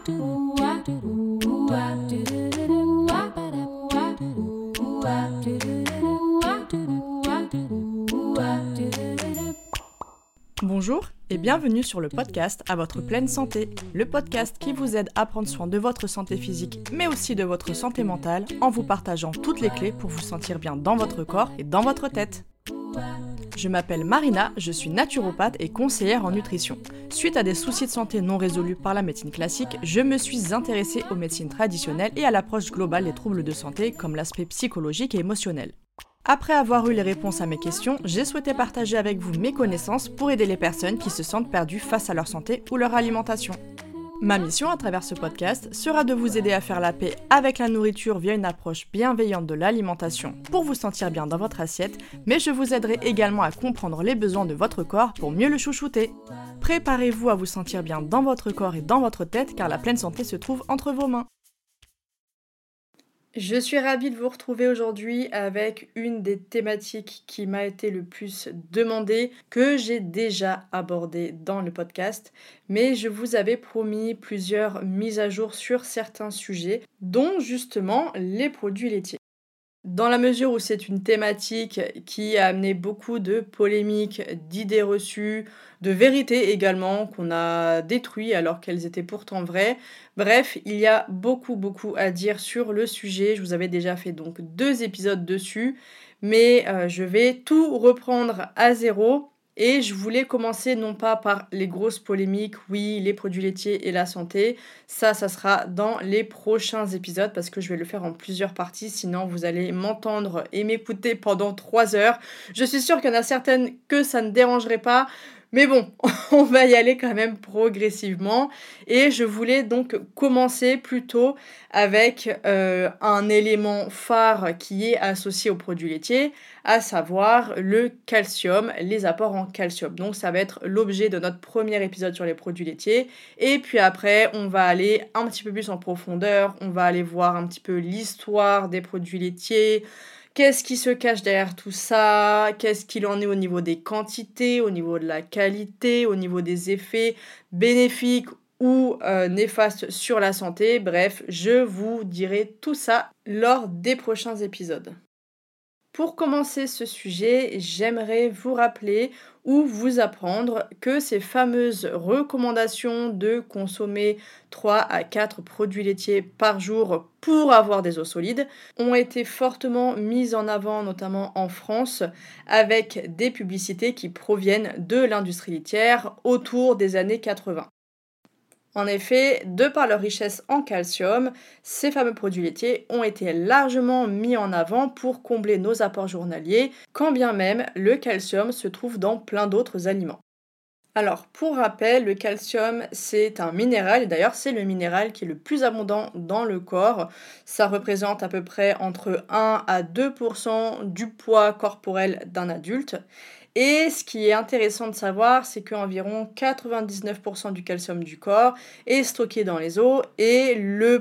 Bonjour et bienvenue sur le podcast À votre pleine santé, le podcast qui vous aide à prendre soin de votre santé physique mais aussi de votre santé mentale en vous partageant toutes les clés pour vous sentir bien dans votre corps et dans votre tête. Je m'appelle Marina, je suis naturopathe et conseillère en nutrition. Suite à des soucis de santé non résolus par la médecine classique, je me suis intéressée aux médecines traditionnelles et à l'approche globale des troubles de santé comme l'aspect psychologique et émotionnel. Après avoir eu les réponses à mes questions, j'ai souhaité partager avec vous mes connaissances pour aider les personnes qui se sentent perdues face à leur santé ou leur alimentation. Ma mission à travers ce podcast sera de vous aider à faire la paix avec la nourriture via une approche bienveillante de l'alimentation pour vous sentir bien dans votre assiette, mais je vous aiderai également à comprendre les besoins de votre corps pour mieux le chouchouter. Préparez-vous à vous sentir bien dans votre corps et dans votre tête car la pleine santé se trouve entre vos mains. Je suis ravie de vous retrouver aujourd'hui avec une des thématiques qui m'a été le plus demandée, que j'ai déjà abordée dans le podcast, mais je vous avais promis plusieurs mises à jour sur certains sujets, dont justement les produits laitiers. Dans la mesure où c'est une thématique qui a amené beaucoup de polémiques, d'idées reçues, de vérités également qu'on a détruites alors qu'elles étaient pourtant vraies. Bref, il y a beaucoup à dire sur le sujet. Je vous avais déjà fait donc 2 épisodes dessus, mais je vais tout reprendre à zéro. Et je voulais commencer non pas par les grosses polémiques, oui, les produits laitiers et la santé. Ça sera dans les prochains épisodes parce que je vais le faire en plusieurs parties. Sinon, vous allez m'entendre et m'écouter pendant 3 heures. Je suis sûre qu'il y en a certaines que ça ne dérangerait pas. Mais bon, on va y aller quand même progressivement. Et je voulais donc commencer plutôt avec un élément phare qui est associé aux produits laitiers, à savoir le calcium, les apports en calcium. Donc ça va être l'objet de notre premier épisode sur les produits laitiers. Et puis après, on va aller un petit peu plus en profondeur, on va aller voir un petit peu l'histoire des produits laitiers, qu'est-ce qui se cache derrière tout ça, qu'est-ce qu'il en est au niveau des quantités, au niveau de la qualité, au niveau des effets bénéfiques ou néfastes sur la santé. Bref, je vous dirai tout ça lors des prochains épisodes. Pour commencer ce sujet, j'aimerais vous rappeler ou vous apprendre que ces fameuses recommandations de consommer 3 à 4 produits laitiers par jour pour avoir des os solides ont été fortement mises en avant, notamment en France, avec des publicités qui proviennent de l'industrie laitière autour des années 80. En effet, de par leur richesse en calcium, ces fameux produits laitiers ont été largement mis en avant pour combler nos apports journaliers, quand bien même le calcium se trouve dans plein d'autres aliments. Alors, pour rappel, le calcium, c'est un minéral, et d'ailleurs c'est le minéral qui est le plus abondant dans le corps. Ça représente à peu près entre 1 à 2% du poids corporel d'un adulte. Et ce qui est intéressant de savoir, c'est qu'environ 99% du calcium du corps est stocké dans les os et le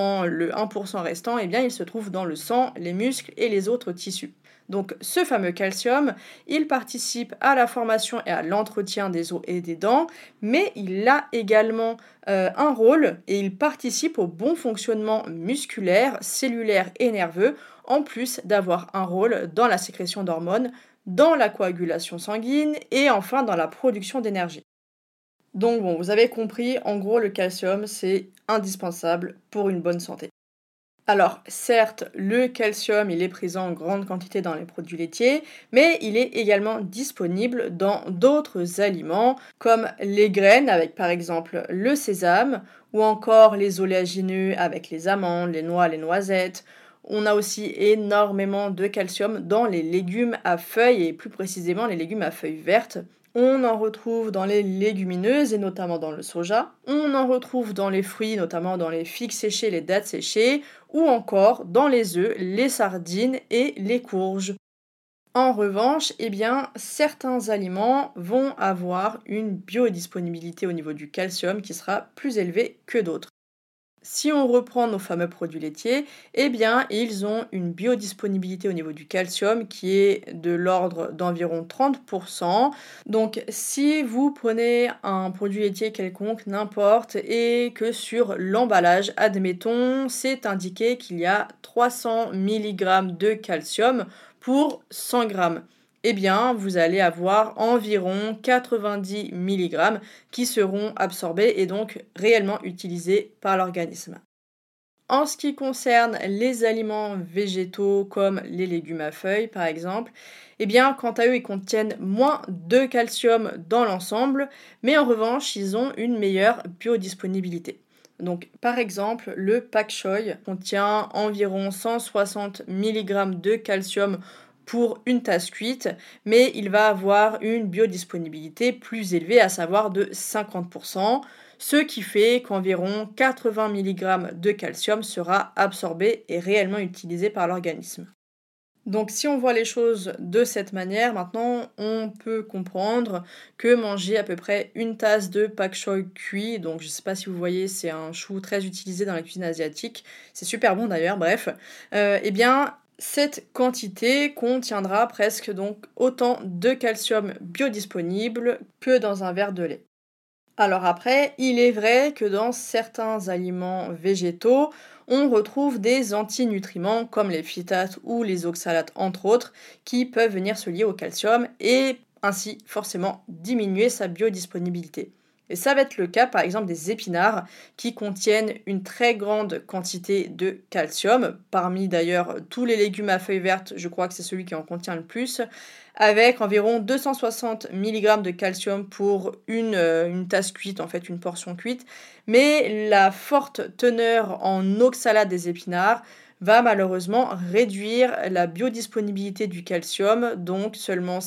1% restant, eh bien, il se trouve dans le sang, les muscles et les autres tissus. Donc ce fameux calcium, il participe à la formation et à l'entretien des os et des dents, mais il a également un rôle et il participe au bon fonctionnement musculaire, cellulaire et nerveux, en plus d'avoir un rôle dans la sécrétion d'hormones, dans la coagulation sanguine et enfin dans la production d'énergie. Donc bon, vous avez compris, en gros le calcium c'est indispensable pour une bonne santé. Alors certes, le calcium il est présent en grande quantité dans les produits laitiers, mais il est également disponible dans d'autres aliments comme les graines avec par exemple le sésame ou encore les oléagineux avec les amandes, les noix, les noisettes. On a aussi énormément de calcium dans les légumes à feuilles et plus précisément les légumes à feuilles vertes. On en retrouve dans les légumineuses et notamment dans le soja. On en retrouve dans les fruits, notamment dans les figues séchées, les dattes séchées, ou encore dans les œufs, les sardines et les courges. En revanche, eh bien, certains aliments vont avoir une biodisponibilité au niveau du calcium qui sera plus élevée que d'autres. Si on reprend nos fameux produits laitiers, eh bien, ils ont une biodisponibilité au niveau du calcium qui est de l'ordre d'environ 30%. Donc, si vous prenez un produit laitier quelconque, n'importe, et que sur l'emballage, admettons, c'est indiqué qu'il y a 300 mg de calcium pour 100 grammes, eh bien, vous allez avoir environ 90 mg qui seront absorbés et donc réellement utilisés par l'organisme. En ce qui concerne les aliments végétaux comme les légumes à feuilles par exemple, eh bien quant à eux ils contiennent moins de calcium dans l'ensemble, mais en revanche ils ont une meilleure biodisponibilité. Donc par exemple le pak choi contient environ 160 mg de calcium pour une tasse cuite, mais il va avoir une biodisponibilité plus élevée, à savoir de 50%, ce qui fait qu'environ 80 mg de calcium sera absorbé et réellement utilisé par l'organisme. Donc si on voit les choses de cette manière, maintenant on peut comprendre que manger à peu près une tasse de pak choi cuit, donc je ne sais pas si vous voyez, c'est un chou très utilisé dans la cuisine asiatique, c'est super bon d'ailleurs, bref, eh bien cette quantité contiendra presque donc autant de calcium biodisponible que dans un verre de lait. Alors après, il est vrai que dans certains aliments végétaux, on retrouve des antinutriments comme les phytates ou les oxalates entre autres, qui peuvent venir se lier au calcium et ainsi forcément diminuer sa biodisponibilité. Et ça va être le cas par exemple des épinards qui contiennent une très grande quantité de calcium. Parmi d'ailleurs tous les légumes à feuilles vertes, je crois que c'est celui qui en contient le plus, avec environ 260 mg de calcium pour une tasse cuite, en fait une portion cuite. Mais la forte teneur en oxalate des épinards va malheureusement réduire la biodisponibilité du calcium, donc seulement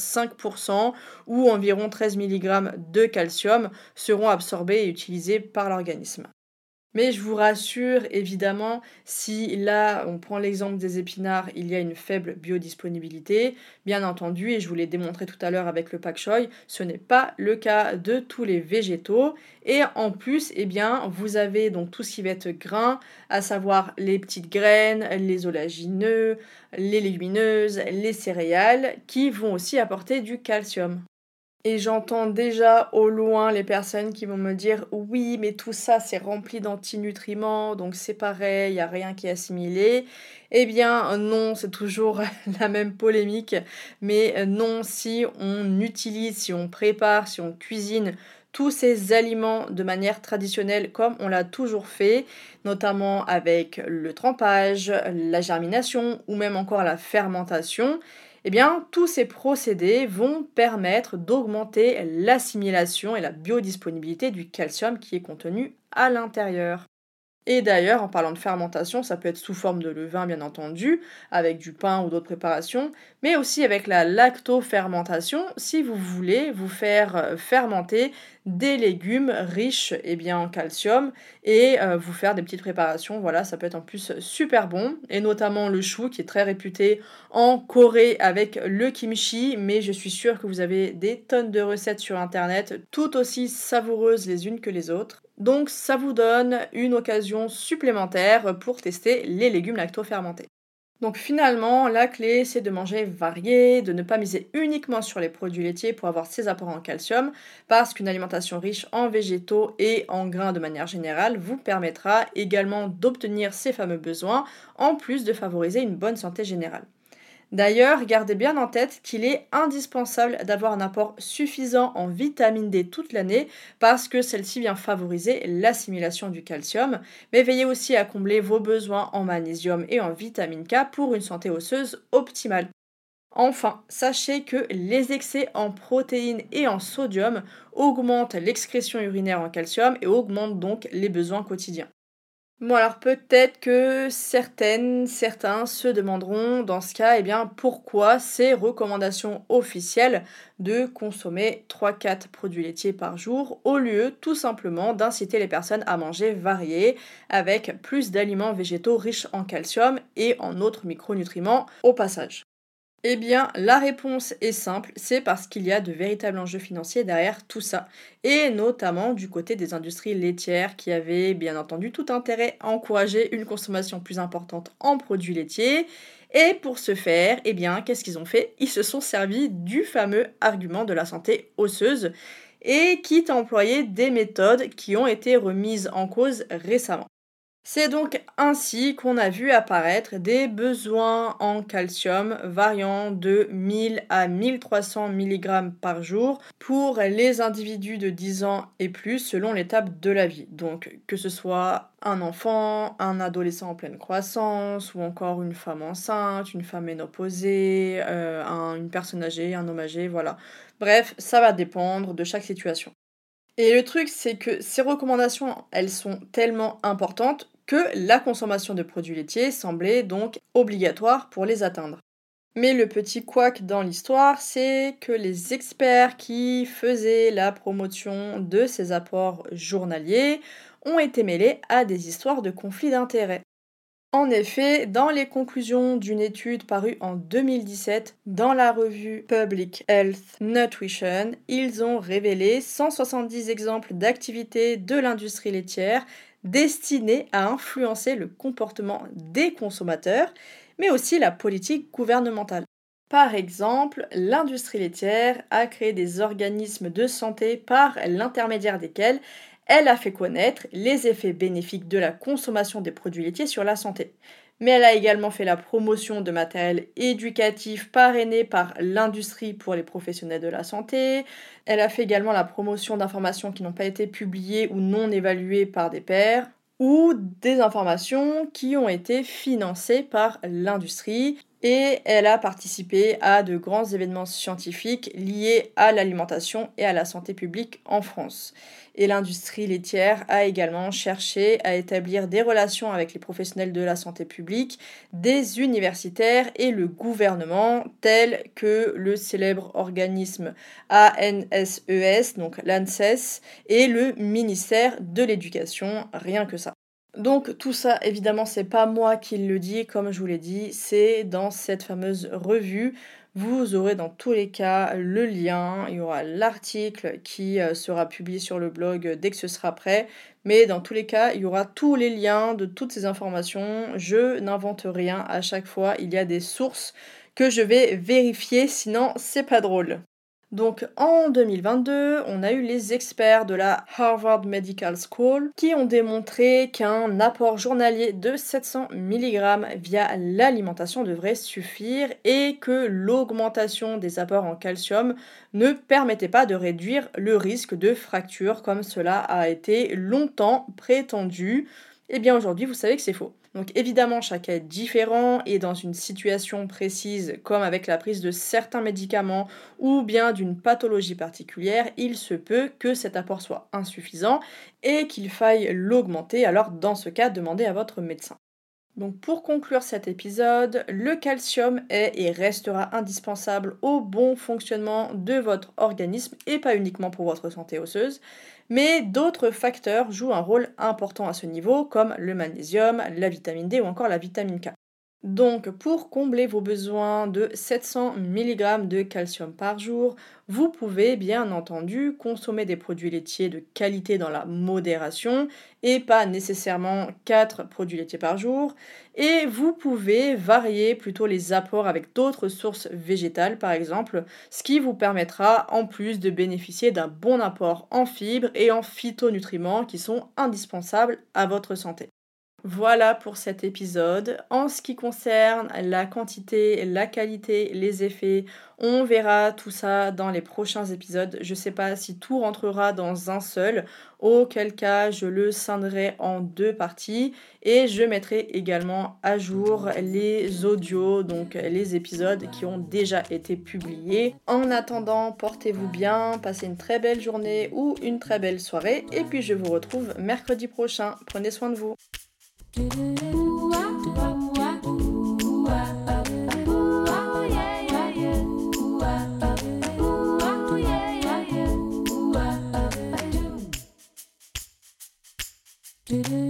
5% ou environ 13 mg de calcium seront absorbés et utilisés par l'organisme. Mais je vous rassure, évidemment, si là, on prend l'exemple des épinards, il y a une faible biodisponibilité, bien entendu, et je vous l'ai démontré tout à l'heure avec le pak choi, ce n'est pas le cas de tous les végétaux. Et en plus, eh bien, vous avez donc tout ce qui va être grain, à savoir les petites graines, les oléagineux, les légumineuses, les céréales, qui vont aussi apporter du calcium. Et j'entends déjà au loin les personnes qui vont me dire: «Oui, mais tout ça, c'est rempli d'antinutriments, donc c'est pareil, il y a rien qui est assimilé». Eh bien, non, c'est toujours la même polémique, mais non, si on utilise, si on prépare, si on cuisine tous ces aliments de manière traditionnelle comme on l'a toujours fait, notamment avec le trempage, la germination ou même encore la fermentation, eh bien, tous ces procédés vont permettre d'augmenter l'assimilation et la biodisponibilité du calcium qui est contenu à l'intérieur. Et d'ailleurs, en parlant de fermentation, ça peut être sous forme de levain, bien entendu, avec du pain ou d'autres préparations, mais aussi avec la lactofermentation, si vous voulez vous faire fermenter des légumes riches en calcium et vous faire des petites préparations. Voilà, ça peut être en plus super bon, et notamment le chou qui est très réputé en Corée avec le kimchi, mais je suis sûre que vous avez des tonnes de recettes sur internet, tout aussi savoureuses les unes que les autres. Donc ça vous donne une occasion supplémentaire pour tester les légumes lacto-fermentés. Donc finalement, la clé, c'est de manger varié, de ne pas miser uniquement sur les produits laitiers pour avoir ces apports en calcium, parce qu'une alimentation riche en végétaux et en grains de manière générale vous permettra également d'obtenir ces fameux besoins, en plus de favoriser une bonne santé générale. D'ailleurs, gardez bien en tête qu'il est indispensable d'avoir un apport suffisant en vitamine D toute l'année parce que celle-ci vient favoriser l'assimilation du calcium, mais veillez aussi à combler vos besoins en magnésium et en vitamine K pour une santé osseuse optimale. Enfin, sachez que les excès en protéines et en sodium augmentent l'excrétion urinaire en calcium et augmentent donc les besoins quotidiens. Bon alors peut-être que certains se demanderont dans ce cas, pourquoi ces recommandations officielles de consommer 3-4 produits laitiers par jour au lieu tout simplement d'inciter les personnes à manger varié avec plus d'aliments végétaux riches en calcium et en autres micronutriments au passage. Eh bien, la réponse est simple, c'est parce qu'il y a de véritables enjeux financiers derrière tout ça, et notamment du côté des industries laitières qui avaient bien entendu tout intérêt à encourager une consommation plus importante en produits laitiers. Et pour ce faire, eh bien, qu'est-ce qu'ils ont fait? Ils se sont servis du fameux argument de la santé osseuse, et quitte à employer des méthodes qui ont été remises en cause récemment. C'est donc ainsi qu'on a vu apparaître des besoins en calcium variant de 1000 à 1300 mg par jour pour les individus de 10 ans et plus selon l'étape de la vie. Donc que ce soit un enfant, un adolescent en pleine croissance ou encore une femme enceinte, une femme ménopausée, une personne âgée, un homme âgé, voilà. Bref, ça va dépendre de chaque situation. Et le truc, c'est que ces recommandations, elles sont tellement importantes que la consommation de produits laitiers semblait donc obligatoire pour les atteindre. Mais le petit couac dans l'histoire, c'est que les experts qui faisaient la promotion de ces apports journaliers ont été mêlés à des histoires de conflits d'intérêts. En effet, dans les conclusions d'une étude parue en 2017 dans la revue Public Health Nutrition, ils ont révélé 170 exemples d'activités de l'industrie laitière destinées à influencer le comportement des consommateurs, mais aussi la politique gouvernementale. Par exemple, l'industrie laitière a créé des organismes de santé par l'intermédiaire desquels elle a fait connaître les effets bénéfiques de la consommation des produits laitiers sur la santé. Mais elle a également fait la promotion de matériel éducatif parrainé par l'industrie pour les professionnels de la santé. Elle a fait également la promotion d'informations qui n'ont pas été publiées ou non évaluées par des pairs ou des informations qui ont été financées par l'industrie. Et elle a participé à de grands événements scientifiques liés à l'alimentation et à la santé publique en France. Et l'industrie laitière a également cherché à établir des relations avec les professionnels de la santé publique, des universitaires et le gouvernement, tels que le célèbre organisme ANSES, donc l'ANSES, et le ministère de l'Éducation, rien que ça. Donc tout ça, évidemment, c'est pas moi qui le dis, comme je vous l'ai dit, c'est dans cette fameuse revue. Vous aurez dans tous les cas le lien, il y aura l'article qui sera publié sur le blog dès que ce sera prêt. Mais dans tous les cas, il y aura tous les liens de toutes ces informations. Je n'invente rien à chaque fois, il y a des sources que je vais vérifier, sinon c'est pas drôle. Donc en 2022, on a eu les experts de la Harvard Medical School qui ont démontré qu'un apport journalier de 700 mg via l'alimentation devrait suffire et que l'augmentation des apports en calcium ne permettait pas de réduire le risque de fracture comme cela a été longtemps prétendu. Eh bien aujourd'hui, vous savez que c'est faux. Donc évidemment, chaque cas est différent et dans une situation précise, comme avec la prise de certains médicaments ou bien d'une pathologie particulière, il se peut que cet apport soit insuffisant et qu'il faille l'augmenter. Alors dans ce cas, demandez à votre médecin. Donc pour conclure cet épisode, le calcium est et restera indispensable au bon fonctionnement de votre organisme et pas uniquement pour votre santé osseuse, mais d'autres facteurs jouent un rôle important à ce niveau comme le magnésium, la vitamine D ou encore la vitamine K. Donc, pour combler vos besoins de 700 mg de calcium par jour, vous pouvez bien entendu consommer des produits laitiers de qualité dans la modération et pas nécessairement 4 produits laitiers par jour. Et vous pouvez varier plutôt les apports avec d'autres sources végétales par exemple, ce qui vous permettra en plus de bénéficier d'un bon apport en fibres et en phytonutriments qui sont indispensables à votre santé. Voilà pour cet épisode. En ce qui concerne la quantité, la qualité, les effets, on verra tout ça dans les prochains épisodes. Je ne sais pas si tout rentrera dans un seul, auquel cas je le scinderai en 2 parties et je mettrai également à jour les audios, donc les épisodes qui ont déjà été publiés. En attendant, portez-vous bien, passez une très belle journée ou une très belle soirée et puis je vous retrouve mercredi prochain. Prenez soin de vous. Do